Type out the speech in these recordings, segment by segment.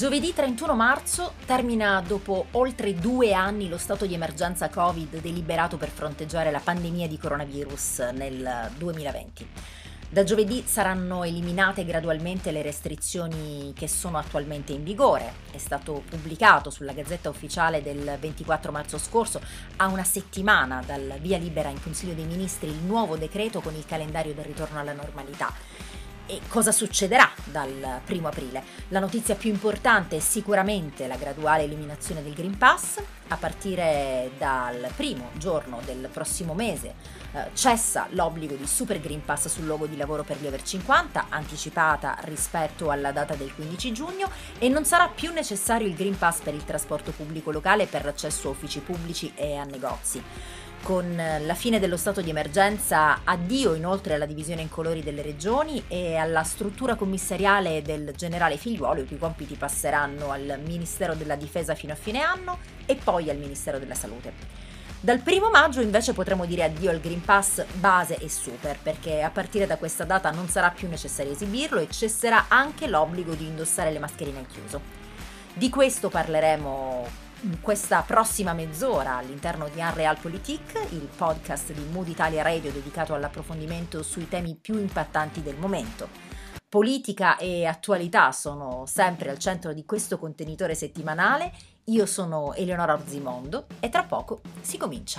Giovedì 31 marzo termina dopo oltre 2 anni lo stato di emergenza Covid deliberato per fronteggiare la pandemia di coronavirus nel 2020. Da giovedì saranno eliminate gradualmente le restrizioni che sono attualmente in vigore. È stato pubblicato sulla Gazzetta Ufficiale del 24 marzo scorso, a una settimana dal via libera in Consiglio dei Ministri, il nuovo decreto con il calendario del ritorno alla normalità. E cosa succederà dal 1 aprile? La notizia più importante è sicuramente la graduale eliminazione del Green Pass. A partire dal primo giorno del prossimo mese cessa l'obbligo di Super Green Pass sul luogo di lavoro per gli over 50, anticipata rispetto alla data del 15 giugno, e non sarà più necessario il Green Pass per il trasporto pubblico locale per l'accesso a uffici pubblici e a negozi. Con la fine dello stato di emergenza, addio inoltre alla divisione in colori delle regioni e alla struttura commissariale del generale Figliuolo, i cui compiti passeranno al Ministero della Difesa fino a fine anno e poi al Ministero della Salute. Dal 1 maggio invece potremo dire addio al Green Pass base e super, perché a partire da questa data non sarà più necessario esibirlo e cesserà anche l'obbligo di indossare le mascherine al chiuso. Di questo parleremo in questa prossima mezz'ora all'interno di Realpolitik, il podcast di Mood Italia Radio dedicato all'approfondimento sui temi più impattanti del momento. Politica e attualità sono sempre al centro di questo contenitore settimanale. Io sono Eleonora Orzimondo e tra poco si comincia.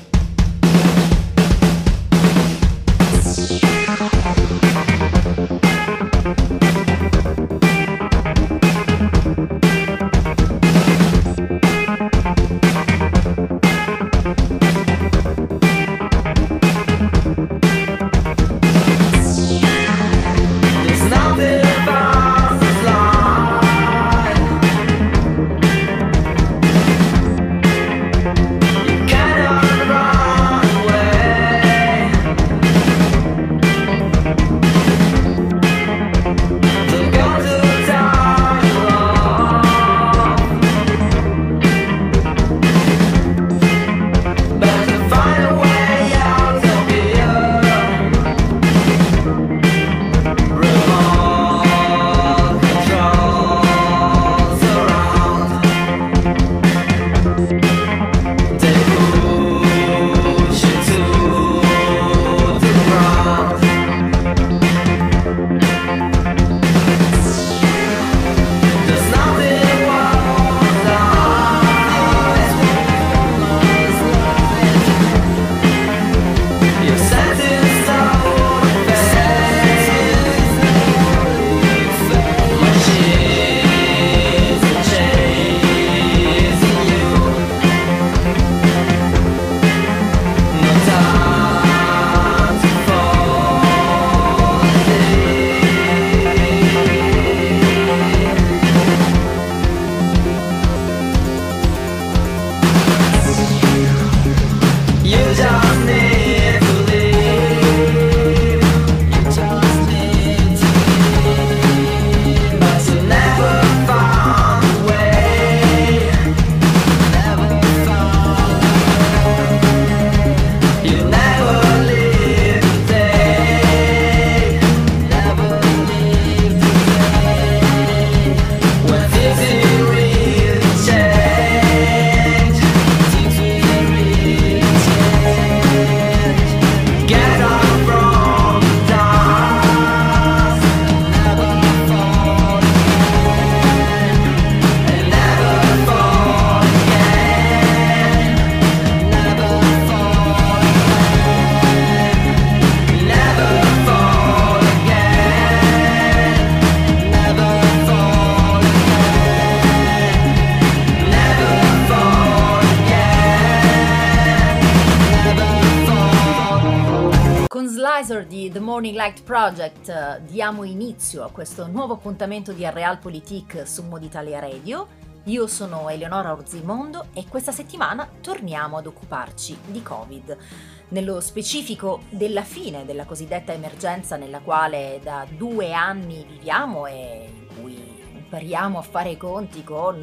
Di The Morning Light Project diamo inizio a questo nuovo appuntamento di Realpolitik su Mood Italia Radio. Io sono Eleonora Orzimondo e questa settimana torniamo ad occuparci di Covid. Nello specifico della fine della cosiddetta emergenza nella quale da 2 anni viviamo e in cui impariamo a fare i conti con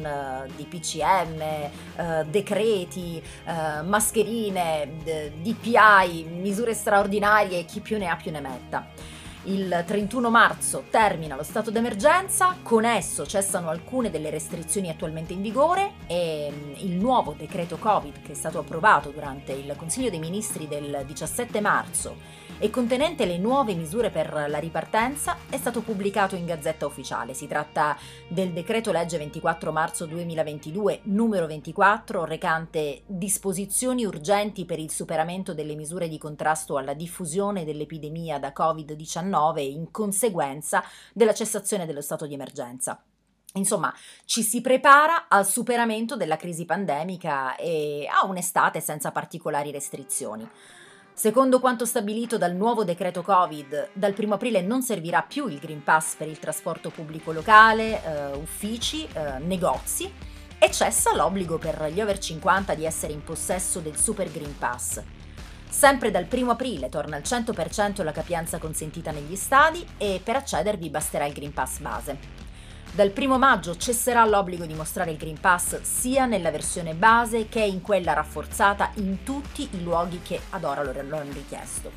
DPCM, decreti, mascherine, DPI, misure straordinarie, chi più ne ha più ne metta. Il 31 marzo termina lo stato d'emergenza, con esso cessano alcune delle restrizioni attualmente in vigore e il nuovo decreto Covid che è stato approvato durante il Consiglio dei Ministri del 17 marzo e contenente le nuove misure per la ripartenza è stato pubblicato in Gazzetta Ufficiale. Si tratta del decreto legge 24 marzo 2022 numero 24 recante disposizioni urgenti per il superamento delle misure di contrasto alla diffusione dell'epidemia da Covid-19 in conseguenza della cessazione dello stato di emergenza. Insomma, ci si prepara al superamento della crisi pandemica e a un'estate senza particolari restrizioni. Secondo quanto stabilito dal nuovo decreto Covid, dal 1 aprile non servirà più il Green Pass per il trasporto pubblico locale, uffici, negozi e cessa l'obbligo per gli over 50 di essere in possesso del Super Green Pass. Sempre dal 1 aprile torna al 100% la capienza consentita negli stadi e per accedervi basterà il Green Pass base. Dal 1 maggio cesserà l'obbligo di mostrare il Green Pass sia nella versione base che in quella rafforzata in tutti i luoghi che ad ora lo hanno richiesto.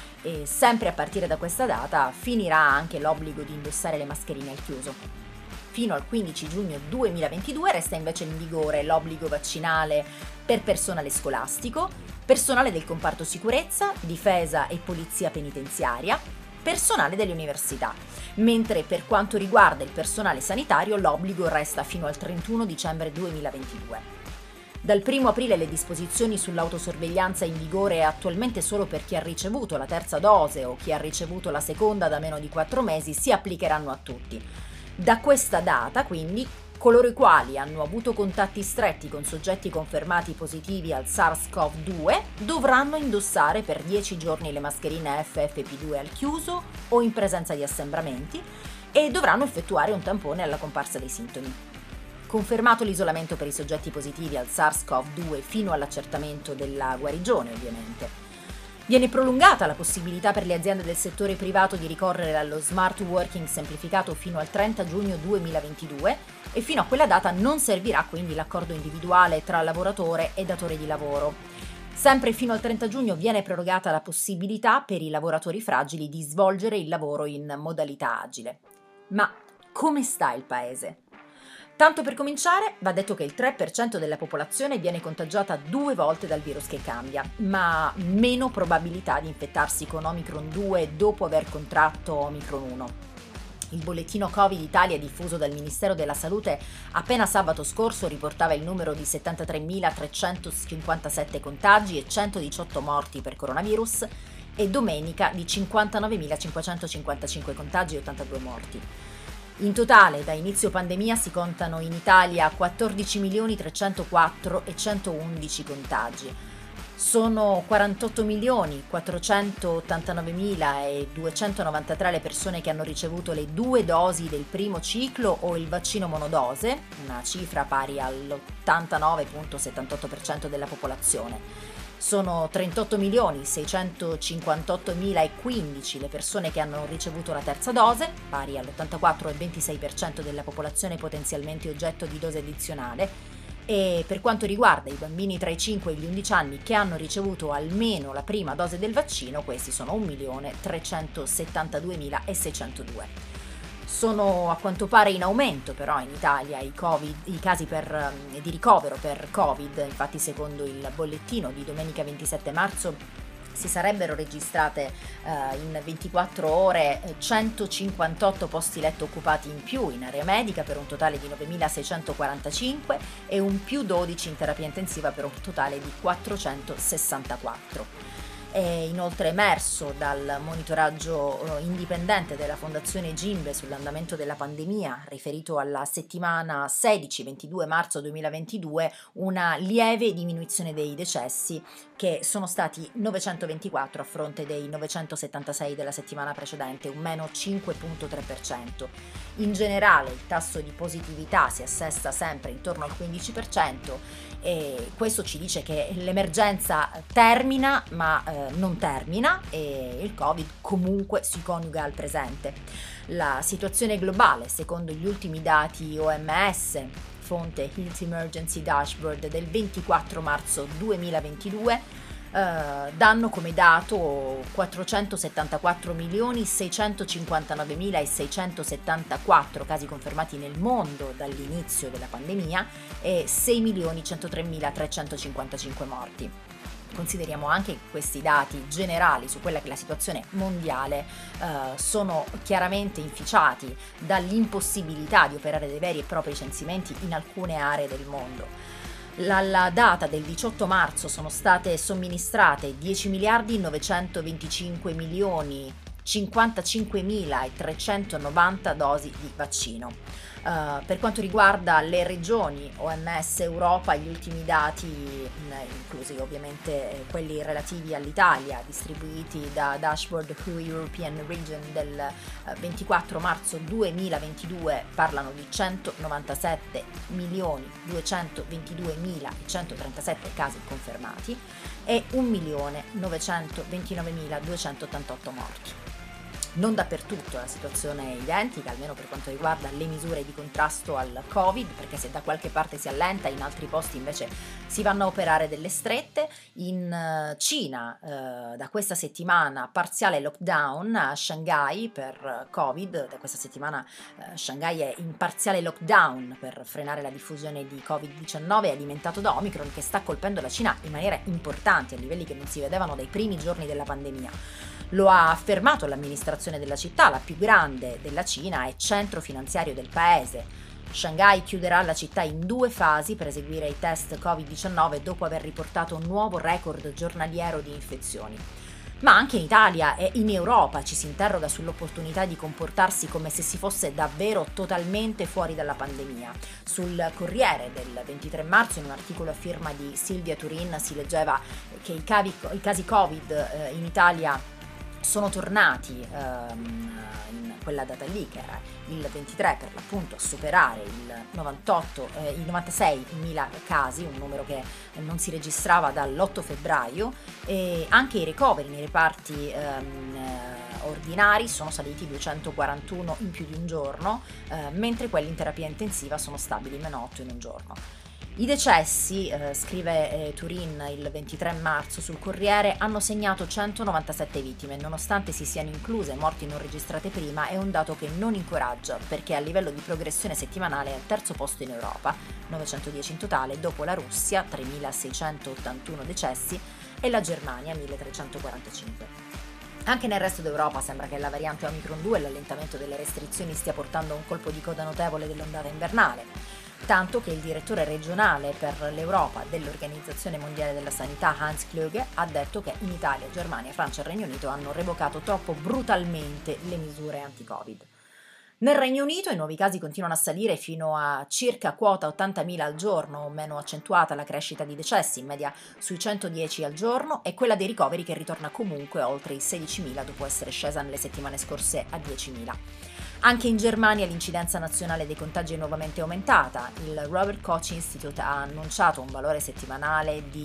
E sempre a partire da questa data finirà anche l'obbligo di indossare le mascherine al chiuso. Fino al 15 giugno 2022 resta invece in vigore l'obbligo vaccinale per personale scolastico, personale del comparto sicurezza, difesa e polizia penitenziaria, personale delle università, mentre per quanto riguarda il personale sanitario l'obbligo resta fino al 31 dicembre 2022. Dal 1 aprile le disposizioni sull'autosorveglianza in vigore attualmente solo per chi ha ricevuto la terza dose o chi ha ricevuto la seconda da meno di 4 mesi si applicheranno a tutti. Da questa data, quindi, coloro i quali hanno avuto contatti stretti con soggetti confermati positivi al SARS-CoV-2 dovranno indossare per 10 giorni le mascherine FFP2 al chiuso o in presenza di assembramenti e dovranno effettuare un tampone alla comparsa dei sintomi. Confermato l'isolamento per i soggetti positivi al SARS-CoV-2 fino all'accertamento della guarigione, ovviamente. Viene prolungata la possibilità per le aziende del settore privato di ricorrere allo smart working semplificato fino al 30 giugno 2022 e fino a quella data non servirà quindi l'accordo individuale tra lavoratore e datore di lavoro. Sempre fino al 30 giugno viene prorogata la possibilità per i lavoratori fragili di svolgere il lavoro in modalità agile. Ma come sta il paese? Tanto per cominciare, va detto che il 3% della popolazione viene contagiata 2 volte dal virus che cambia, ma meno probabilità di infettarsi con Omicron 2 dopo aver contratto Omicron 1. Il bollettino Covid Italia diffuso dal Ministero della Salute appena sabato scorso riportava il numero di 73.357 contagi e 118 morti per coronavirus e domenica di 59.555 contagi e 82 morti. In totale, da inizio pandemia si contano in Italia 14.304.111 contagi. Sono 48.489.293 le persone che hanno ricevuto le 2 dosi del primo ciclo o il vaccino monodose, una cifra pari all'89,78% della popolazione. Sono 38.658.015 le persone che hanno ricevuto la terza dose, pari all'84,26% della popolazione potenzialmente oggetto di dose addizionale, e per quanto riguarda i bambini tra i 5 e gli 11 anni che hanno ricevuto almeno la prima dose del vaccino, questi sono 1.372.602. Sono a quanto pare in aumento però in Italia i casi di ricovero per Covid, infatti secondo il bollettino di domenica 27 marzo si sarebbero registrate in 24 ore 158 posti letto occupati in più in area medica per un totale di 9.645 e un più 12 in terapia intensiva per un totale di 464. È inoltre emerso dal monitoraggio indipendente della Fondazione Gimbe sull'andamento della pandemia, riferito alla settimana 16-22 marzo 2022, una lieve diminuzione dei decessi, che sono stati 924 a fronte dei 976 della settimana precedente, un meno 5,3%. In generale il tasso di positività si assesta sempre intorno al 15%, e questo ci dice che l'emergenza termina ma non termina e il Covid comunque si coniuga al presente. La situazione globale, secondo gli ultimi dati OMS, fonte Health Emergency Dashboard del 24 marzo 2022, danno come dato 474.659.674 casi confermati nel mondo dall'inizio della pandemia e 6.103.355 morti. Consideriamo anche che questi dati generali su quella che è la situazione mondiale sono chiaramente inficiati dall'impossibilità di operare dei veri e propri censimenti in alcune aree del mondo. Alla data del 18 marzo sono state somministrate 10.925.055.390 dosi di vaccino. Per quanto riguarda le regioni, OMS Europa, gli ultimi dati, inclusi ovviamente quelli relativi all'Italia, distribuiti da Dashboard WHO European Region del 24 marzo 2022, parlano di 197.222.137 casi confermati e 1.929.288 morti. Non dappertutto la situazione è identica, almeno per quanto riguarda le misure di contrasto al Covid, perché se da qualche parte si allenta, in altri posti invece si vanno a operare delle strette. In Cina da questa settimana parziale lockdown a Shanghai per Covid, da questa settimana Shanghai è in parziale lockdown per frenare la diffusione di Covid-19 alimentato da Omicron, che sta colpendo la Cina in maniera importante, a livelli che non si vedevano dai primi giorni della pandemia. Lo ha affermato l'amministrazione della città, la più grande della Cina e centro finanziario del paese. Shanghai chiuderà la città in 2 fasi per eseguire i test Covid-19 dopo aver riportato un nuovo record giornaliero di infezioni. Ma anche in Italia e in Europa ci si interroga sull'opportunità di comportarsi come se si fosse davvero totalmente fuori dalla pandemia. Sul Corriere del 23 marzo, in un articolo a firma di Silvia Turin, si leggeva che i casi Covid in Italia sono tornati in quella data lì, che era il 23 per l'appunto, a superare i 96.000 casi, un numero che non si registrava dall'8 febbraio, e anche i ricoveri nei reparti ordinari sono saliti 241 in più di un giorno, mentre quelli in terapia intensiva sono stabili meno 8 in un giorno. I decessi, scrive Turin il 23 marzo sul Corriere, hanno segnato 197 vittime, nonostante si siano incluse morti non registrate prima. È un dato che non incoraggia, perché a livello di progressione settimanale è al terzo posto in Europa, 910 in totale, dopo la Russia, 3.681 decessi, e la Germania, 1.345. Anche nel resto d'Europa sembra che la variante Omicron 2 e l'allentamento delle restrizioni stia portando a un colpo di coda notevole dell'ondata invernale, tanto che il direttore regionale per l'Europa dell'Organizzazione Mondiale della Sanità, Hans Kluge, ha detto che in Italia, Germania, Francia e Regno Unito hanno revocato troppo brutalmente le misure anti-Covid. Nel Regno Unito i nuovi casi continuano a salire fino a circa quota 80.000 al giorno, meno accentuata la crescita di decessi, in media sui 110 al giorno, e quella dei ricoveri che ritorna comunque oltre i 16.000 dopo essere scesa nelle settimane scorse a 10.000. Anche in Germania l'incidenza nazionale dei contagi è nuovamente aumentata. Il Robert Koch Institute ha annunciato un valore settimanale di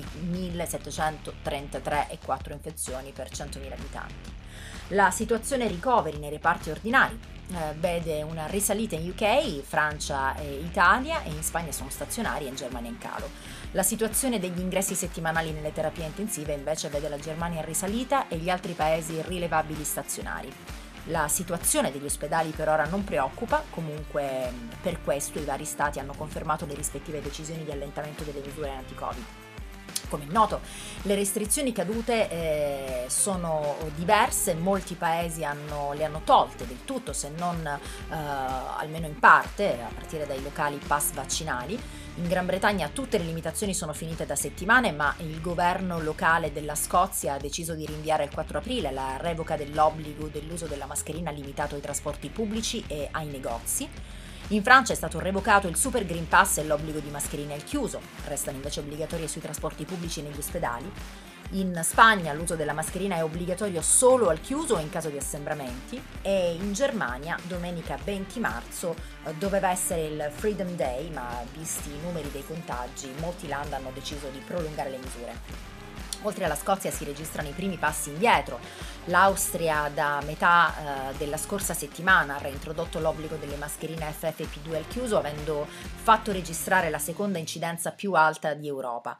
1.733,4 infezioni per 100.000 abitanti. La situazione ricoveri nei reparti ordinari vede una risalita in UK, Francia e Italia, e in Spagna sono stazionari e in Germania in calo. La situazione degli ingressi settimanali nelle terapie intensive invece vede la Germania in risalita e gli altri paesi rilevabili stazionari. La situazione degli ospedali per ora non preoccupa, comunque per questo i vari stati hanno confermato le rispettive decisioni di allentamento delle misure anti-Covid. Come è noto, le restrizioni cadute sono diverse, molti paesi le hanno tolte del tutto, se non almeno in parte, a partire dai locali pass vaccinali. In Gran Bretagna tutte le limitazioni sono finite da settimane, ma il governo locale della Scozia ha deciso di rinviare al 4 aprile la revoca dell'obbligo dell'uso della mascherina limitato ai trasporti pubblici e ai negozi. In Francia è stato revocato il Super Green Pass e l'obbligo di mascherine al chiuso, restano invece obbligatorie sui trasporti pubblici e negli ospedali. In Spagna l'uso della mascherina è obbligatorio solo al chiuso o in caso di assembramenti, e in Germania domenica 20 marzo doveva essere il Freedom Day, ma visti i numeri dei contagi molti land hanno deciso di prolungare le misure. Oltre alla Scozia si registrano i primi passi indietro. L'Austria da metà della scorsa settimana ha reintrodotto l'obbligo delle mascherine FFP2 al chiuso, avendo fatto registrare la seconda incidenza più alta di Europa.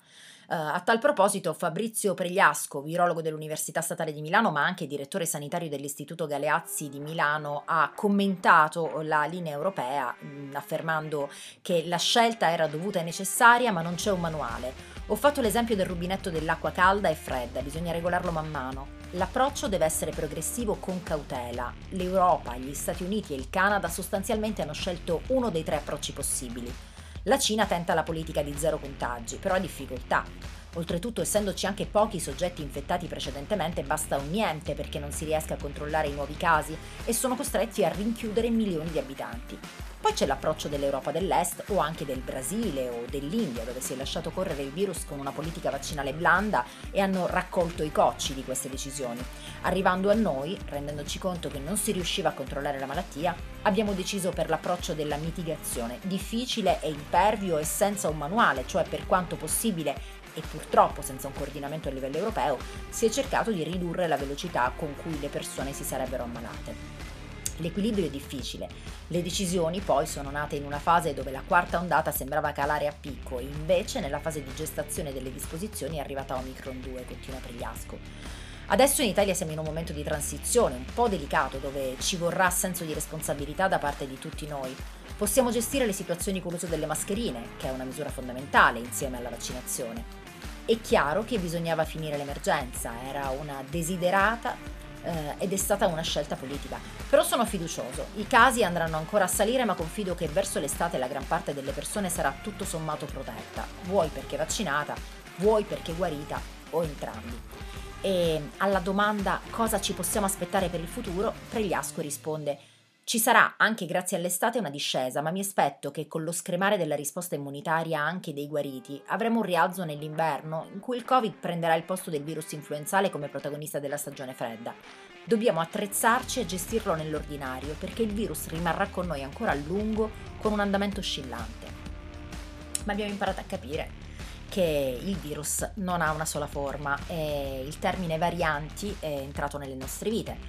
A tal proposito Fabrizio Pregliasco, virologo dell'Università Statale di Milano, ma anche direttore sanitario dell'Istituto Galeazzi di Milano, ha commentato la linea europea, affermando che la scelta era dovuta e necessaria, ma non c'è un manuale. Ho fatto l'esempio del rubinetto dell'acqua calda e fredda, bisogna regolarlo man mano. L'approccio deve essere progressivo con cautela. L'Europa, gli Stati Uniti e il Canada sostanzialmente hanno scelto uno dei 3 approcci possibili. La Cina tenta la politica di 0 contagi, però ha difficoltà. Oltretutto, essendoci anche pochi soggetti infettati precedentemente, basta un niente perché non si riesca a controllare i nuovi casi e sono costretti a rinchiudere milioni di abitanti. Poi c'è l'approccio dell'Europa dell'Est o anche del Brasile o dell'India, dove si è lasciato correre il virus con una politica vaccinale blanda e hanno raccolto i cocci di queste decisioni. Arrivando a noi, rendendoci conto che non si riusciva a controllare la malattia, abbiamo deciso per l'approccio della mitigazione, difficile e impervio e senza un manuale, cioè per quanto possibile e purtroppo senza un coordinamento a livello europeo, si è cercato di ridurre la velocità con cui le persone si sarebbero ammalate. L'equilibrio è difficile. Le decisioni poi sono nate in una fase dove la 4ª ondata sembrava calare a picco e invece nella fase di gestazione delle disposizioni è arrivata Omicron 2, continua Pregliasco. Adesso in Italia siamo in un momento di transizione un po' delicato dove ci vorrà senso di responsabilità da parte di tutti noi. Possiamo gestire le situazioni con l'uso delle mascherine, che è una misura fondamentale insieme alla vaccinazione. È chiaro che bisognava finire l'emergenza, era una desiderata ed è stata una scelta politica. Però sono fiducioso, i casi andranno ancora a salire, ma confido che verso l'estate la gran parte delle persone sarà tutto sommato protetta, vuoi perché vaccinata, vuoi perché guarita o entrambi. E alla domanda cosa ci possiamo aspettare per il futuro, Pregliasco risponde: ci sarà anche grazie all'estate una discesa, ma mi aspetto che con lo scremare della risposta immunitaria anche dei guariti avremo un rialzo nell'inverno in cui il Covid prenderà il posto del virus influenzale come protagonista della stagione fredda. Dobbiamo attrezzarci e gestirlo nell'ordinario perché il virus rimarrà con noi ancora a lungo con un andamento oscillante. Ma abbiamo imparato a capire che il virus non ha una sola forma e il termine varianti è entrato nelle nostre vite.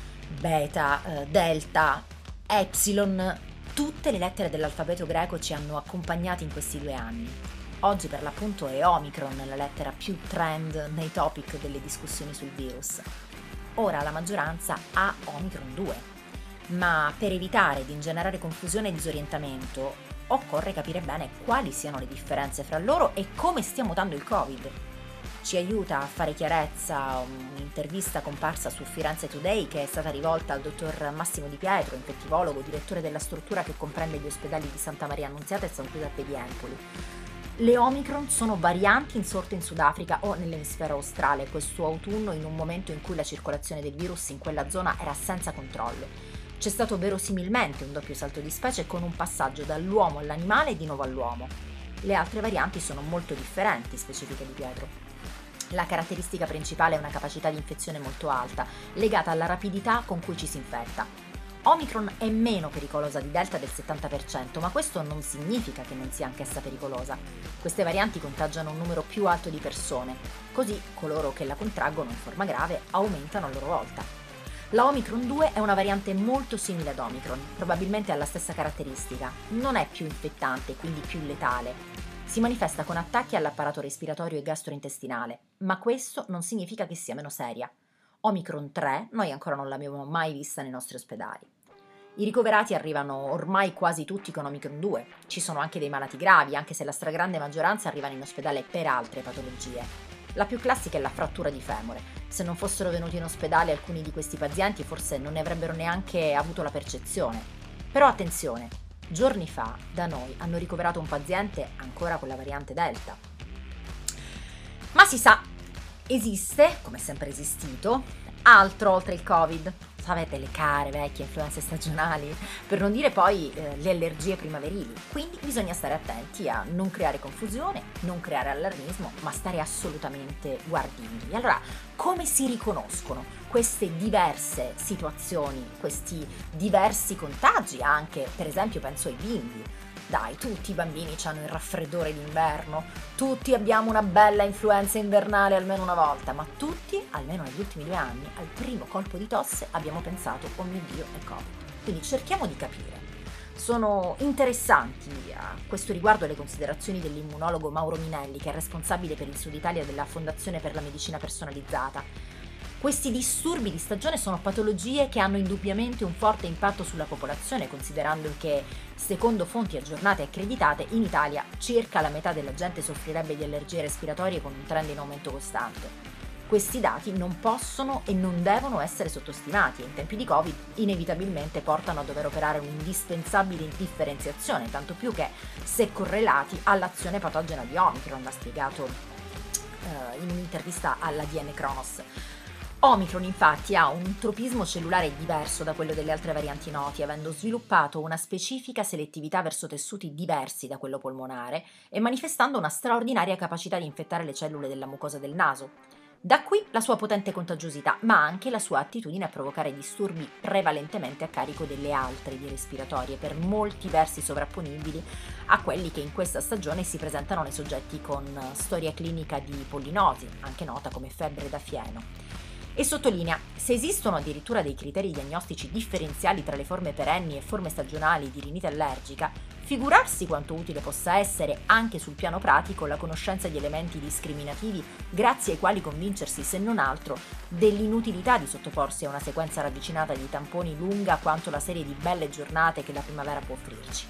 Beta, delta, epsilon, tutte le lettere dell'alfabeto greco ci hanno accompagnati in questi 2 anni. Oggi per l'appunto è Omicron la lettera più trend nei topic delle discussioni sul virus. Ora la maggioranza ha Omicron 2, ma per evitare di ingenerare confusione e disorientamento occorre capire bene quali siano le differenze fra loro e come stia mutando il Covid. Ci aiuta a fare chiarezza un'intervista comparsa su Firenze Today che è stata rivolta al dottor Massimo Di Pietro, infettivologo, direttore della struttura che comprende gli ospedali di Santa Maria Annunziata e San Giuseppe di Empoli. Le Omicron sono varianti insorte in Sudafrica o nell'emisfero australe questo autunno in un momento in cui la circolazione del virus in quella zona era senza controllo. C'è stato verosimilmente un doppio salto di specie con un passaggio dall'uomo all'animale e di nuovo all'uomo. Le altre varianti sono molto differenti, specifica Di Pietro. La caratteristica principale è una capacità di infezione molto alta, legata alla rapidità con cui ci si infetta. Omicron è meno pericolosa di Delta del 70%, ma questo non significa che non sia anch'essa pericolosa. Queste varianti contagiano un numero più alto di persone, così coloro che la contraggono in forma grave aumentano a loro volta. La Omicron 2 è una variante molto simile ad Omicron, probabilmente ha la stessa caratteristica, non è più infettante, quindi più letale. Si manifesta con attacchi all'apparato respiratorio e gastrointestinale, ma questo non significa che sia meno seria. Omicron 3 noi ancora non l'abbiamo mai vista nei nostri ospedali. I ricoverati arrivano ormai quasi tutti con Omicron 2, ci sono anche dei malati gravi, anche se la stragrande maggioranza arrivano in ospedale per altre patologie. La più classica è la frattura di femore. Se non fossero venuti in ospedale alcuni di questi pazienti forse non ne avrebbero neanche avuto la percezione. Però attenzione, giorni fa da noi hanno ricoverato un paziente ancora con la variante Delta. Ma si sa, esiste, come è sempre esistito, altro oltre il Covid. Sapete, le care vecchie influenze stagionali, per non dire poi le allergie primaverili. Quindi bisogna stare attenti a non creare confusione, non creare allarmismo, ma stare assolutamente guardingi. Allora, come si riconoscono queste diverse situazioni, questi diversi contagi anche, per esempio penso ai bimbi? Dai, tutti i bambini hanno il raffreddore d'inverno, tutti abbiamo una bella influenza invernale almeno una volta, ma tutti, almeno negli ultimi 2 anni, al primo colpo di tosse abbiamo pensato, oh mio Dio, è Covid. Quindi cerchiamo di capire Sono interessanti a questo riguardo le considerazioni dell'immunologo Mauro Minelli, che è responsabile per il Sud Italia della Fondazione per la Medicina Personalizzata. Questi disturbi di stagione sono patologie che hanno indubbiamente un forte impatto sulla popolazione, considerando che, secondo fonti aggiornate e accreditate, in Italia circa la metà della gente soffrirebbe di allergie respiratorie con un trend in aumento costante. Questi dati non possono e non devono essere sottostimati e in tempi di Covid inevitabilmente portano a dover operare un'indispensabile differenziazione, tanto più che se correlati all'azione patogena di Omicron, ha spiegato in un'intervista all'ADN Kronos. Omicron infatti ha un tropismo cellulare diverso da quello delle altre varianti noti, avendo sviluppato una specifica selettività verso tessuti diversi da quello polmonare e manifestando una straordinaria capacità di infettare le cellule della mucosa del naso. Da qui la sua potente contagiosità, ma anche la sua attitudine a provocare disturbi prevalentemente a carico delle altre vie respiratorie, per molti versi sovrapponibili a quelli che in questa stagione si presentano nei soggetti con storia clinica di pollinosi, anche nota come febbre da fieno. E sottolinea, se esistono addirittura dei criteri diagnostici differenziali tra le forme perenni e forme stagionali di rinite allergica, figurarsi quanto utile possa essere, anche sul piano pratico, la conoscenza di elementi discriminativi grazie ai quali convincersi, se non altro, dell'inutilità di sottoporsi a una sequenza ravvicinata di tamponi lunga quanto la serie di belle giornate che la primavera può offrirci.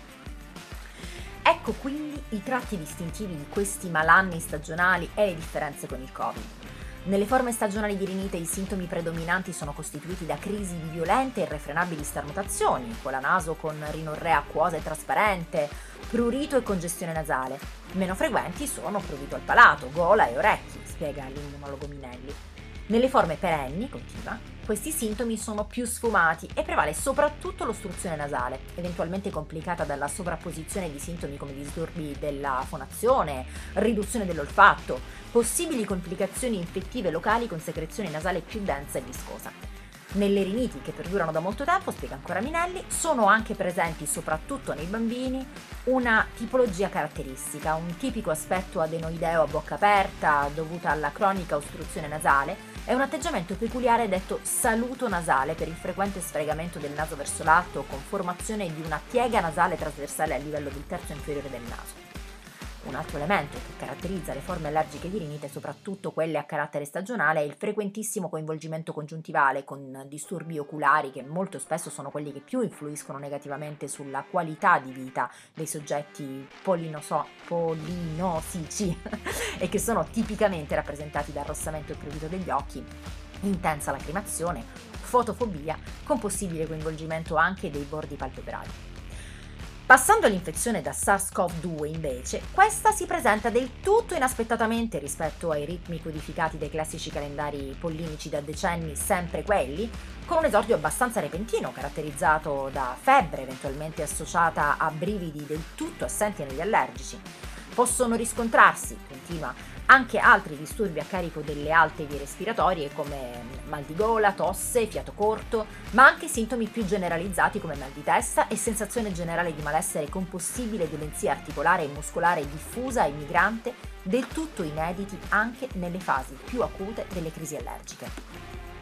Ecco quindi i tratti distintivi di questi malanni stagionali e le differenze con il Covid. Nelle forme stagionali di rinite i sintomi predominanti sono costituiti da crisi di violente e irrefrenabili starnutazioni, gola naso con rinorrea acquosa e trasparente, prurito e congestione nasale. Meno frequenti sono prurito al palato, gola e orecchi, spiega l'immunologo Minelli. Nelle forme perenni, continua, questi sintomi sono più sfumati e prevale soprattutto l'ostruzione nasale, eventualmente complicata dalla sovrapposizione di sintomi come disturbi della fonazione, riduzione dell'olfatto, possibili complicazioni infettive locali con secrezione nasale più densa e viscosa. Nelle riniti che perdurano da molto tempo, spiega ancora Minelli, sono anche presenti, soprattutto nei bambini, una tipologia caratteristica, un tipico aspetto adenoideo a bocca aperta dovuta alla cronica ostruzione nasale e un atteggiamento peculiare detto saluto nasale per il frequente sfregamento del naso verso l'alto con formazione di una piega nasale trasversale a livello del terzo inferiore del naso. Un altro elemento che caratterizza le forme allergiche di rinite, soprattutto quelle a carattere stagionale, è il frequentissimo coinvolgimento congiuntivale con disturbi oculari che molto spesso sono quelli che più influiscono negativamente sulla qualità di vita dei soggetti polinosici e che sono tipicamente rappresentati da arrossamento e prurito degli occhi, intensa lacrimazione, fotofobia, con possibile coinvolgimento anche dei bordi palpebrali. Passando all'infezione da SARS-CoV-2 invece, questa si presenta del tutto inaspettatamente rispetto ai ritmi codificati dai classici calendari pollinici da decenni, sempre quelli, con un esordio abbastanza repentino caratterizzato da febbre eventualmente associata a brividi del tutto assenti negli allergici. Possono riscontrarsi, continua, anche altri disturbi a carico delle alte vie respiratorie come mal di gola, tosse, fiato corto, ma anche sintomi più generalizzati come mal di testa e sensazione generale di malessere con possibile violenza articolare e muscolare diffusa e migrante, del tutto inediti anche nelle fasi più acute delle crisi allergiche.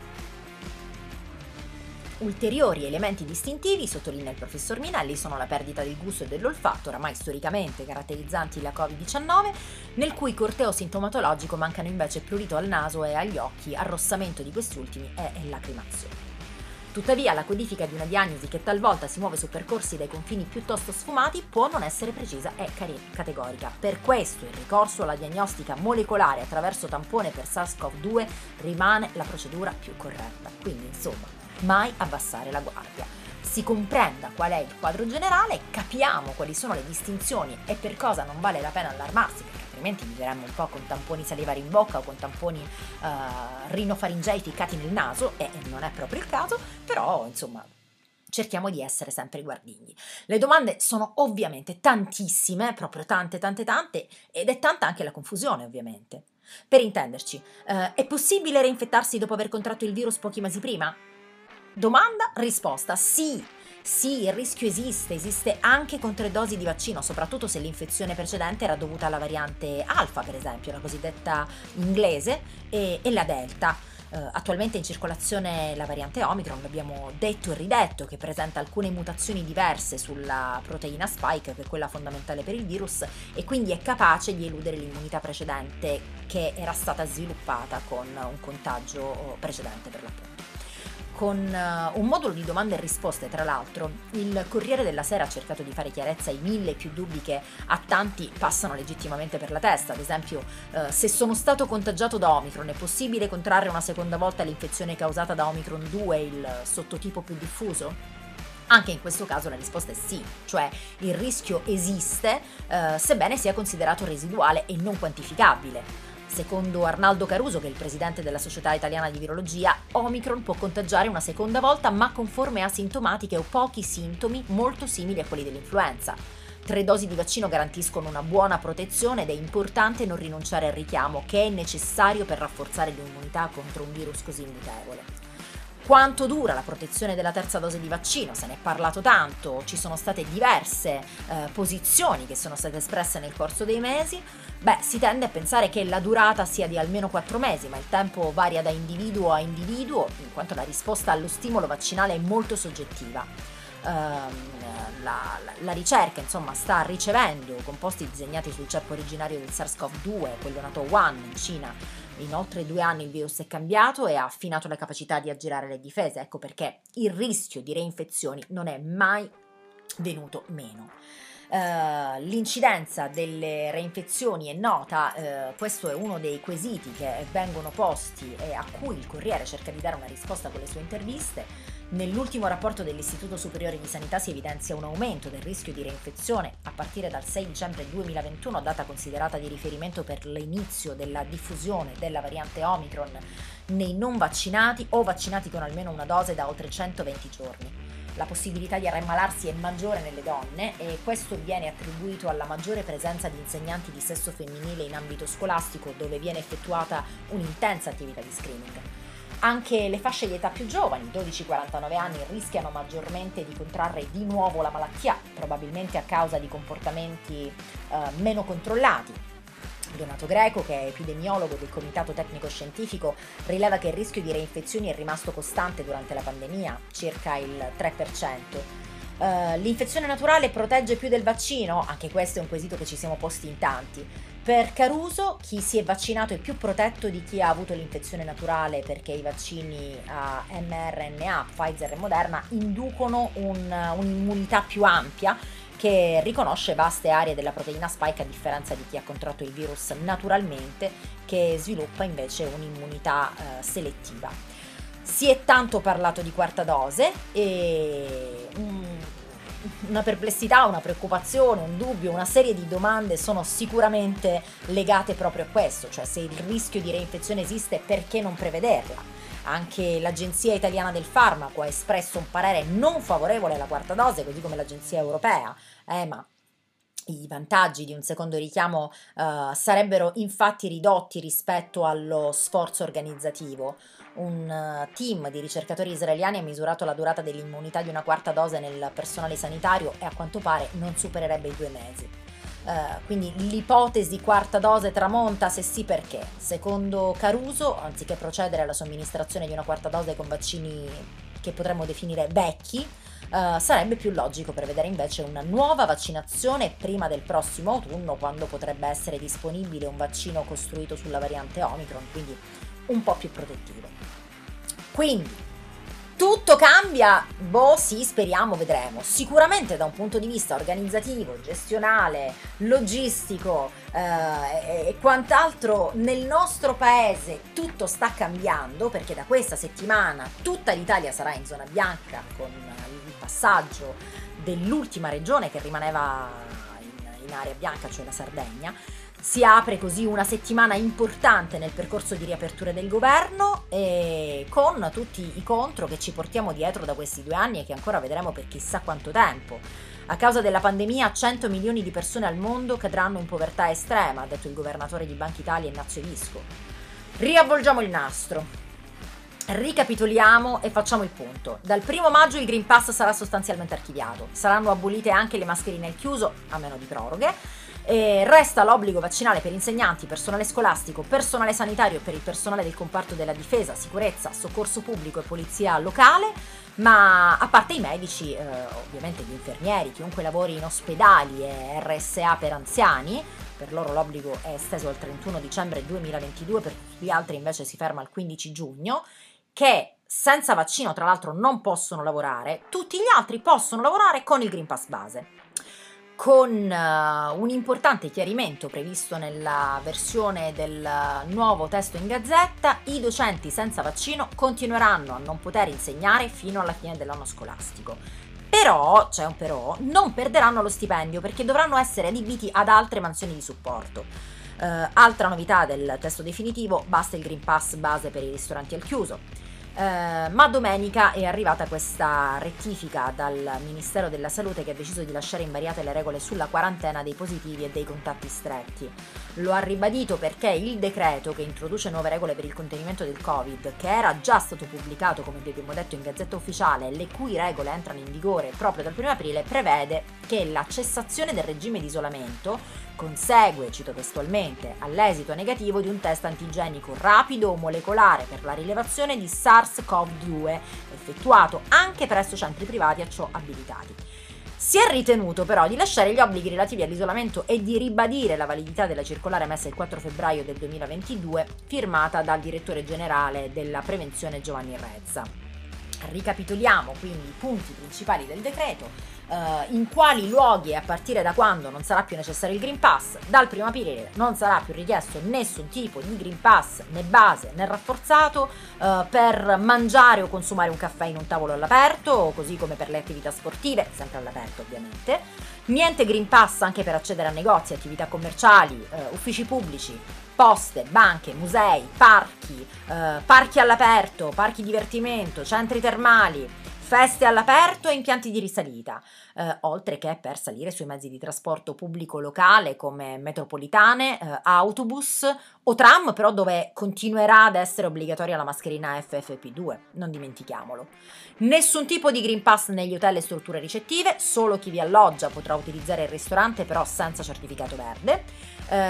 Ulteriori elementi distintivi, sottolinea il professor Minelli, sono la perdita del gusto e dell'olfatto, oramai storicamente caratterizzanti la Covid-19, nel cui corteo sintomatologico mancano invece prurito al naso e agli occhi, arrossamento di questi ultimi e lacrimazione. Tuttavia, la codifica di una diagnosi che talvolta si muove su percorsi dai confini piuttosto sfumati può non essere precisa e categorica. Per questo il ricorso alla diagnostica molecolare attraverso tampone per SARS-CoV-2 rimane la procedura più corretta. Quindi, insomma, mai abbassare la guardia. Si comprenda qual è il quadro generale, capiamo quali sono le distinzioni e per cosa non vale la pena allarmarsi, perché altrimenti vivremmo un po' con tamponi salivari in bocca o con tamponi rinofaringei ficcati nel naso e non è proprio il caso, però insomma cerchiamo di essere sempre guardigli. Le domande sono ovviamente tantissime, proprio tante, ed è tanta anche la confusione ovviamente. Per intenderci, è possibile reinfettarsi dopo aver contratto il virus pochi mesi prima? Domanda, risposta, sì, il rischio esiste anche con 3 dosi di vaccino, soprattutto se l'infezione precedente era dovuta alla variante alfa, per esempio, la cosiddetta inglese, e la delta. Attualmente in circolazione la variante Omicron, l'abbiamo detto e ridetto, che presenta alcune mutazioni diverse sulla proteina spike, che è quella fondamentale per il virus, e quindi è capace di eludere l'immunità precedente che era stata sviluppata con un contagio precedente, per l'appunto. Con un modulo di domande e risposte, tra l'altro, il Corriere della Sera ha cercato di fare chiarezza ai 1000 più dubbi che a tanti passano legittimamente per la testa. Ad esempio, se sono stato contagiato da Omicron, è possibile contrarre una seconda volta l'infezione causata da Omicron 2, il sottotipo più diffuso? Anche in questo caso la risposta è sì, cioè il rischio esiste, sebbene sia considerato residuale e non quantificabile. Secondo Arnaldo Caruso, che è il presidente della Società Italiana di Virologia, Omicron può contagiare una seconda volta, ma con forme asintomatiche o pochi sintomi molto simili a quelli dell'influenza. 3 dosi di vaccino garantiscono una buona protezione ed è importante non rinunciare al richiamo, che è necessario per rafforzare l'immunità contro un virus così mutevole. Quanto dura la protezione della terza dose di vaccino? Se ne è parlato tanto, ci sono state diverse posizioni che sono state espresse nel corso dei mesi. Si tende a pensare che la durata sia di almeno 4 mesi, ma il tempo varia da individuo a individuo, in quanto la risposta allo stimolo vaccinale è molto soggettiva. La ricerca, insomma, sta ricevendo composti disegnati sul ceppo originario del SARS-CoV-2, quello nato a Wuhan, in Cina. In oltre 2 anni il virus è cambiato e ha affinato la capacità di aggirare le difese, ecco perché il rischio di reinfezioni non è mai venuto meno. L'incidenza delle reinfezioni è nota, questo è uno dei quesiti che vengono posti e a cui il Corriere cerca di dare una risposta con le sue interviste. Nell'ultimo rapporto dell'Istituto Superiore di Sanità si evidenzia un aumento del rischio di reinfezione a partire dal 6 dicembre 2021, data considerata di riferimento per l'inizio della diffusione della variante Omicron nei non vaccinati o vaccinati con almeno una dose da oltre 120 giorni. La possibilità di ammalarsi è maggiore nelle donne e questo viene attribuito alla maggiore presenza di insegnanti di sesso femminile in ambito scolastico, dove viene effettuata un'intensa attività di screening. Anche le fasce di età più giovani, 12-49 anni, rischiano maggiormente di contrarre di nuovo la malattia, probabilmente a causa di comportamenti meno controllati. Donato Greco, che è epidemiologo del Comitato Tecnico Scientifico, rileva che il rischio di reinfezioni è rimasto costante durante la pandemia, circa il 3%. L'infezione naturale protegge più del vaccino? Anche questo è un quesito che ci siamo posti in tanti. Per Caruso, chi si è vaccinato è più protetto di chi ha avuto l'infezione naturale, perché i vaccini a mRNA, Pfizer e Moderna, inducono un'immunità più ampia che riconosce vaste aree della proteina spike, a differenza di chi ha contratto il virus naturalmente, che sviluppa invece un'immunità selettiva. Si è tanto parlato di quarta dose e una perplessità, una preoccupazione, un dubbio, una serie di domande sono sicuramente legate proprio a questo, cioè se il rischio di reinfezione esiste, perché non prevederla? Anche l'Agenzia Italiana del Farmaco ha espresso un parere non favorevole alla quarta dose, così come l'Agenzia Europea, ma i vantaggi di un secondo richiamo sarebbero infatti ridotti rispetto allo sforzo organizzativo. Un team di ricercatori israeliani ha misurato la durata dell'immunità di una quarta dose nel personale sanitario e a quanto pare non supererebbe i 2 mesi. Quindi l'ipotesi quarta dose tramonta? Se sì, perché? Secondo Caruso, anziché procedere alla somministrazione di una quarta dose con vaccini che potremmo definire vecchi, sarebbe più logico prevedere invece una nuova vaccinazione prima del prossimo autunno, quando potrebbe essere disponibile un vaccino costruito sulla variante Omicron, quindi un po' più protettivo. Quindi tutto cambia? Sì, speriamo, vedremo. Sicuramente da un punto di vista organizzativo, gestionale, logistico e quant'altro nel nostro paese tutto sta cambiando, perché da questa settimana tutta l'Italia sarà in zona bianca con il passaggio dell'ultima regione che rimaneva in area bianca, cioè la Sardegna. Si apre così una settimana importante nel percorso di riapertura del governo, e con tutti i contro che ci portiamo dietro da questi 2 anni e che ancora vedremo per chissà quanto tempo. A causa della pandemia 100 milioni di persone al mondo cadranno in povertà estrema, ha detto il governatore di Banca Italia Ignazio Visco. Riavvolgiamo il nastro. Ricapitoliamo e facciamo il punto. Dal 1 maggio il Green Pass sarà sostanzialmente archiviato. Saranno abolite anche le mascherine al chiuso, a meno di proroghe. E resta l'obbligo vaccinale per insegnanti, personale scolastico, personale sanitario e per il personale del comparto della difesa, sicurezza, soccorso pubblico e polizia locale, ma a parte i medici, ovviamente gli infermieri, chiunque lavori in ospedali e RSA per anziani, per loro l'obbligo è esteso al 31 dicembre 2022, per tutti gli altri invece si ferma al 15 giugno, che senza vaccino tra l'altro non possono lavorare, tutti gli altri possono lavorare con il Green Pass base. Con un importante chiarimento previsto nella versione del nuovo testo in Gazzetta, i docenti senza vaccino continueranno a non poter insegnare fino alla fine dell'anno scolastico. Però, c'è un però, non perderanno lo stipendio perché dovranno essere adibiti ad altre mansioni di supporto. Altra novità del testo definitivo, basta il Green Pass base per i ristoranti al chiuso. Ma domenica è arrivata questa rettifica dal Ministero della Salute che ha deciso di lasciare invariate le regole sulla quarantena dei positivi e dei contatti stretti. Lo ha ribadito perché il decreto che introduce nuove regole per il contenimento del Covid, che era già stato pubblicato, come vi abbiamo detto, in Gazzetta Ufficiale, le cui regole entrano in vigore proprio dal 1 aprile, prevede che la cessazione del regime di isolamento consegue, cito testualmente, all'esito negativo di un test antigenico rapido o molecolare per la rilevazione di SARS-CoV-2 effettuato anche presso centri privati a ciò abilitati. Si è ritenuto però di lasciare gli obblighi relativi all'isolamento e di ribadire la validità della circolare emessa il 4 febbraio del 2022, firmata dal direttore generale della prevenzione Giovanni Rezza. Ricapitoliamo quindi i punti principali del decreto. In quali luoghi e a partire da quando non sarà più necessario il Green Pass. Dal 1 aprile non sarà più richiesto nessun tipo di Green Pass, né base né rafforzato, per mangiare o consumare un caffè in un tavolo all'aperto, così come per le attività sportive, sempre all'aperto ovviamente. Niente Green Pass anche per accedere a negozi, attività commerciali, uffici pubblici, poste, banche, musei, parchi, parchi all'aperto, parchi divertimento, centri termali, feste all'aperto e impianti di risalita, oltre che per salire sui mezzi di trasporto pubblico locale come metropolitane, autobus o tram, però dove continuerà ad essere obbligatoria la mascherina FFP2, non dimentichiamolo. Nessun tipo di Green Pass negli hotel e strutture ricettive, solo chi vi alloggia potrà utilizzare il ristorante però senza certificato verde.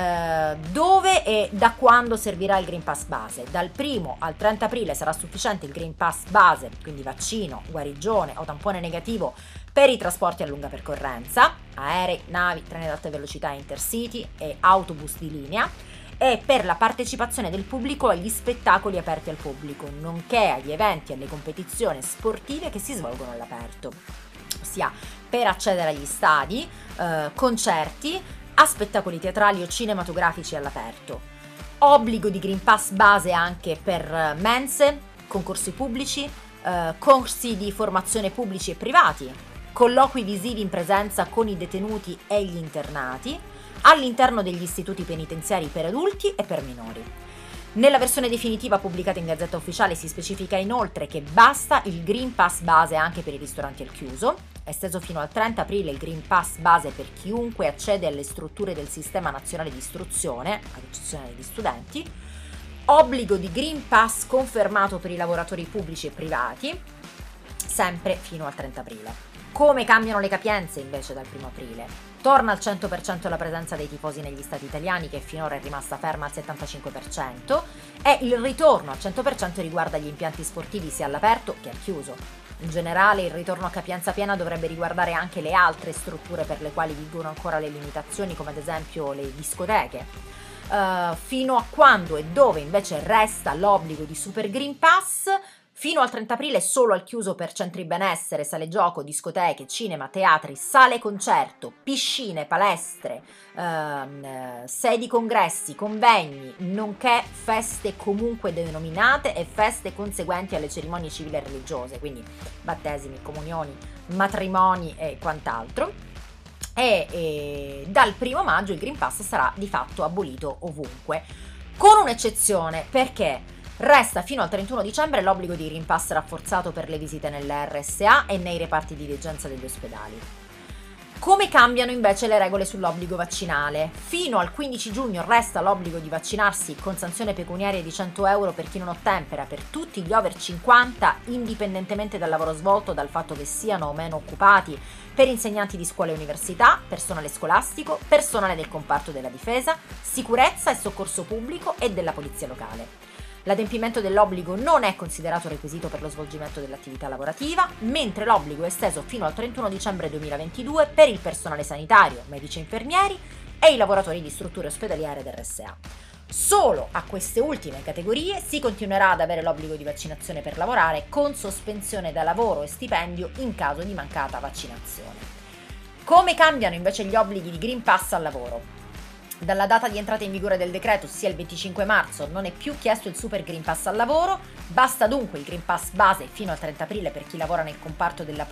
Dove e da quando servirà il Green Pass base? Dal 1 al 30 aprile sarà sufficiente il Green Pass base, quindi vaccino, guarigione o tampone negativo per i trasporti a lunga percorrenza, aerei, navi, treni ad alta velocità intercity e autobus di linea, e per la partecipazione del pubblico agli spettacoli aperti al pubblico, nonché agli eventi e alle competizioni sportive che si svolgono all'aperto, ossia per accedere agli stadi, concerti, a spettacoli teatrali o cinematografici all'aperto. Obbligo di Green Pass base anche per mense, concorsi pubblici, corsi di formazione pubblici e privati, colloqui visivi in presenza con i detenuti e gli internati, all'interno degli istituti penitenziari per adulti e per minori. Nella versione definitiva pubblicata in Gazzetta Ufficiale si specifica inoltre che basta il Green Pass base anche per i ristoranti al chiuso, esteso fino al 30 aprile il Green Pass base per chiunque accede alle strutture del Sistema Nazionale di Istruzione, ad eccezione degli studenti, obbligo di Green Pass confermato per i lavoratori pubblici e privati, sempre fino al 30 aprile. Come cambiano le capienze invece dal 1 aprile? Torna al 100% la presenza dei tifosi negli stadi italiani, che finora è rimasta ferma al 75%, e il ritorno al 100% riguarda gli impianti sportivi sia all'aperto che al chiuso. In generale il ritorno a capienza piena dovrebbe riguardare anche le altre strutture per le quali vigono ancora le limitazioni, come ad esempio le discoteche. Fino a quando e dove invece resta l'obbligo di Super Green Pass? Fino al 30 aprile solo al chiuso per centri benessere, sale gioco, discoteche, cinema, teatri, sale concerto, piscine, palestre, sedi congressi, convegni, nonché feste comunque denominate e feste conseguenti alle cerimonie civili e religiose, quindi battesimi, comunioni, matrimoni e quant'altro. E dal 1 maggio il Green Pass sarà di fatto abolito ovunque, con un'eccezione, perché resta fino al 31 dicembre l'obbligo di Green Pass rafforzato per le visite nelle RSA e nei reparti di degenza degli ospedali. Come cambiano invece le regole sull'obbligo vaccinale? Fino al 15 giugno resta l'obbligo di vaccinarsi con sanzione pecuniaria di 100 euro per chi non ottempera per tutti gli over 50, indipendentemente dal lavoro svolto, dal fatto che siano o meno occupati, per insegnanti di scuole e università, personale scolastico, personale del comparto della difesa, sicurezza e soccorso pubblico e della polizia locale. L'adempimento dell'obbligo non è considerato requisito per lo svolgimento dell'attività lavorativa, mentre l'obbligo è esteso fino al 31 dicembre 2022 per il personale sanitario, medici e infermieri e i lavoratori di strutture ospedaliere ed RSA. Solo a queste ultime categorie si continuerà ad avere l'obbligo di vaccinazione per lavorare, con sospensione da lavoro e stipendio in caso di mancata vaccinazione. Come cambiano invece gli obblighi di Green Pass al lavoro? Dalla data di entrata in vigore del decreto, ossia il 25 marzo, non è più chiesto il Super Green Pass al lavoro, basta dunque il Green Pass base fino al 30 aprile per chi lavora nel comparto della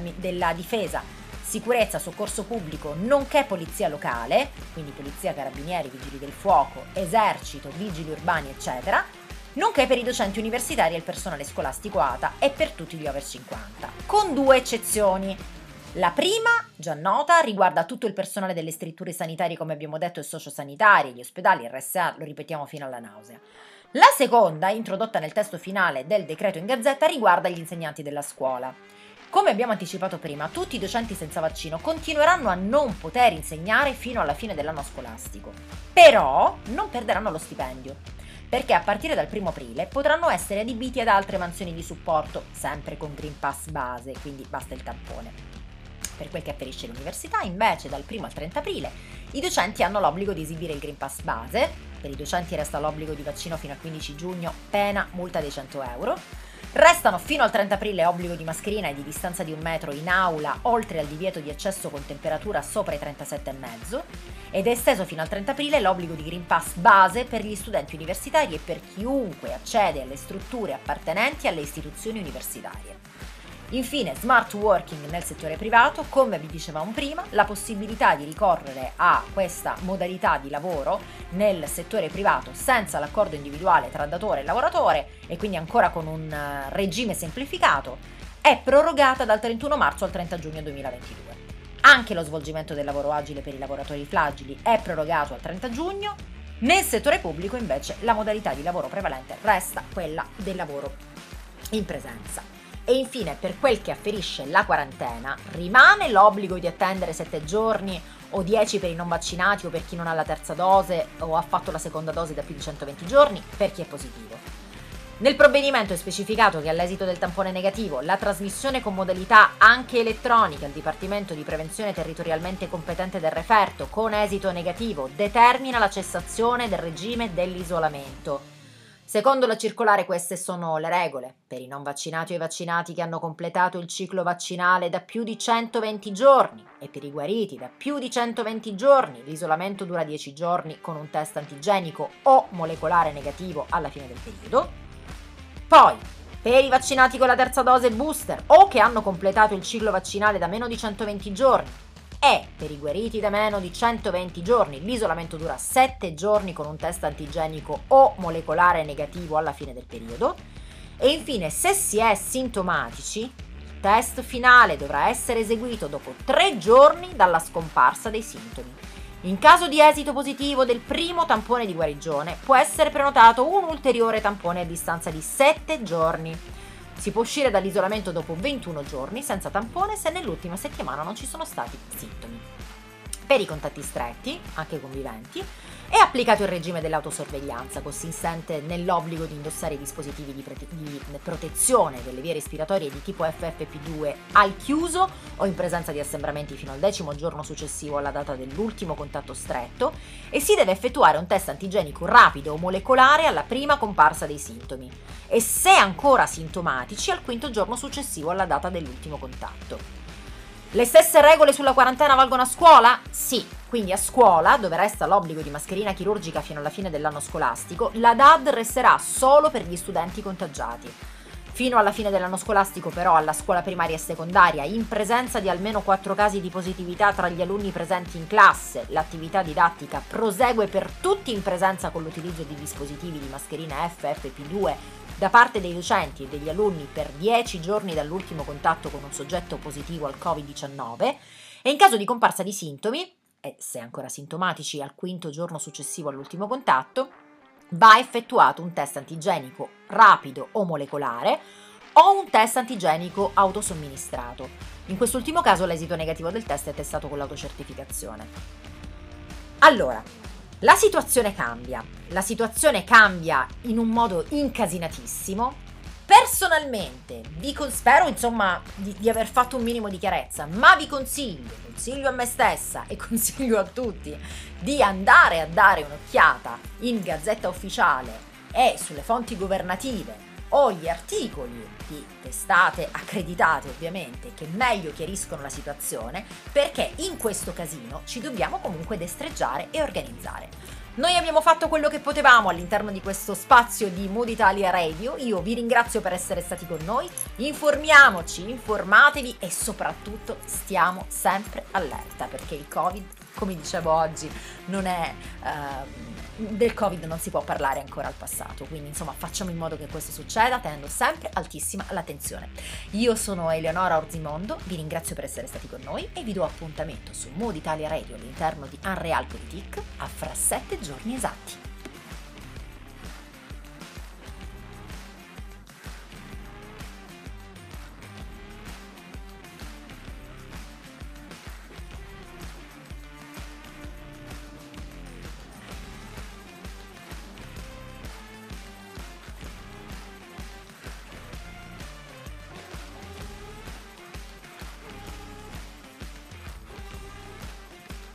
difesa, sicurezza, soccorso pubblico, nonché polizia locale, quindi polizia, carabinieri, vigili del fuoco, esercito, vigili urbani, eccetera, nonché per i docenti universitari e il personale scolastico ATA e per tutti gli over 50, con due eccezioni. La prima, già nota, riguarda tutto il personale delle strutture sanitarie, come abbiamo detto, e sociosanitarie, gli ospedali, RSA, lo ripetiamo fino alla nausea. La seconda, introdotta nel testo finale del decreto in Gazzetta, riguarda gli insegnanti della scuola. Come abbiamo anticipato prima, tutti i docenti senza vaccino continueranno a non poter insegnare fino alla fine dell'anno scolastico, però non perderanno lo stipendio, perché a partire dal 1 aprile potranno essere adibiti ad altre mansioni di supporto, sempre con Green Pass base, quindi basta il tampone. Per quel che afferisce l'università, invece, dal 1 al 30 aprile i docenti hanno l'obbligo di esibire il Green Pass base. Per i docenti resta l'obbligo di vaccino fino al 15 giugno, pena multa dei 100 euro. Restano fino al 30 aprile obbligo di mascherina e di distanza di 1 metro in aula, oltre al divieto di accesso con temperatura sopra i 37,5, ed è esteso fino al 30 aprile l'obbligo di Green Pass base per gli studenti universitari e per chiunque accede alle strutture appartenenti alle istituzioni universitarie. Infine, smart working nel settore privato, come vi dicevamo prima, la possibilità di ricorrere a questa modalità di lavoro nel settore privato senza l'accordo individuale tra datore e lavoratore e quindi ancora con un regime semplificato, è prorogata dal 31 marzo al 30 giugno 2022. Anche lo svolgimento del lavoro agile per i lavoratori fragili è prorogato al 30 giugno. Nel settore pubblico invece la modalità di lavoro prevalente resta quella del lavoro in presenza. E infine, per quel che afferisce la quarantena, rimane l'obbligo di attendere 7 giorni o 10 per i non vaccinati o per chi non ha la terza dose o ha fatto la seconda dose da più di 120 giorni per chi è positivo. Nel provvedimento è specificato che all'esito del tampone negativo la trasmissione con modalità anche elettronica al Dipartimento di Prevenzione territorialmente competente del referto con esito negativo determina la cessazione del regime dell'isolamento. Secondo la circolare queste sono le regole. Per i non vaccinati o i vaccinati che hanno completato il ciclo vaccinale da più di 120 giorni e per i guariti da più di 120 giorni l'isolamento dura 10 giorni con un test antigenico o molecolare negativo alla fine del periodo. Poi, per i vaccinati con la terza dose booster o che hanno completato il ciclo vaccinale da meno di 120 giorni e per i guariti da meno di 120 giorni l'isolamento dura 7 giorni con un test antigenico o molecolare negativo alla fine del periodo. E infine, se si è sintomatici, il test finale dovrà essere eseguito dopo 3 giorni dalla scomparsa dei sintomi. In caso di esito positivo del primo tampone di guarigione, può essere prenotato un ulteriore tampone a distanza di 7 giorni. Si può uscire dall'isolamento dopo 21 giorni senza tampone se nell'ultima settimana non ci sono stati sintomi. Per i contatti stretti, anche conviventi, è applicato il regime dell'autosorveglianza, consistente nell'obbligo di indossare i dispositivi di protezione delle vie respiratorie di tipo FFP2 al chiuso o in presenza di assembramenti fino al 10° giorno successivo alla data dell'ultimo contatto stretto e si deve effettuare un test antigenico rapido o molecolare alla prima comparsa dei sintomi e se ancora sintomatici al 5° giorno successivo alla data dell'ultimo contatto. Le stesse regole sulla quarantena valgono a scuola? Sì, quindi a scuola, dove resta l'obbligo di mascherina chirurgica fino alla fine dell'anno scolastico, la DAD resterà solo per gli studenti contagiati. Fino alla fine dell'anno scolastico però alla scuola primaria e secondaria, in presenza di almeno 4 casi di positività tra gli alunni presenti in classe, l'attività didattica prosegue per tutti in presenza con l'utilizzo di dispositivi di mascherina FFP2 da parte dei docenti e degli alunni per 10 giorni dall'ultimo contatto con un soggetto positivo al Covid-19 e in caso di comparsa di sintomi, e se ancora sintomatici al quinto giorno successivo all'ultimo contatto, va effettuato un test antigenico rapido o molecolare o un test antigenico autosomministrato. In quest'ultimo caso l'esito negativo del test è testato con l'autocertificazione. Allora, la situazione cambia in un modo incasinatissimo. Personalmente spero insomma di aver fatto un minimo di chiarezza, ma vi consiglio a me stessa e consiglio a tutti di andare a dare un'occhiata in Gazzetta Ufficiale e sulle fonti governative o gli articoli di testate accreditate ovviamente che meglio chiariscono la situazione, perché in questo casino ci dobbiamo comunque destreggiare e organizzare. Noi abbiamo fatto quello che potevamo all'interno di questo spazio di Mood Italia Radio. Io vi ringrazio per essere stati con noi. Informatevi e soprattutto stiamo sempre allerta, perché il Covid, come dicevo oggi, del Covid non si può parlare ancora al passato, quindi insomma facciamo in modo che questo succeda tenendo sempre altissima l'attenzione. Io sono Eleonora Orzimondo, vi ringrazio per essere stati con noi e vi do appuntamento su Mood Italia Radio all'interno di Unreal Politik a fra 7 giorni esatti.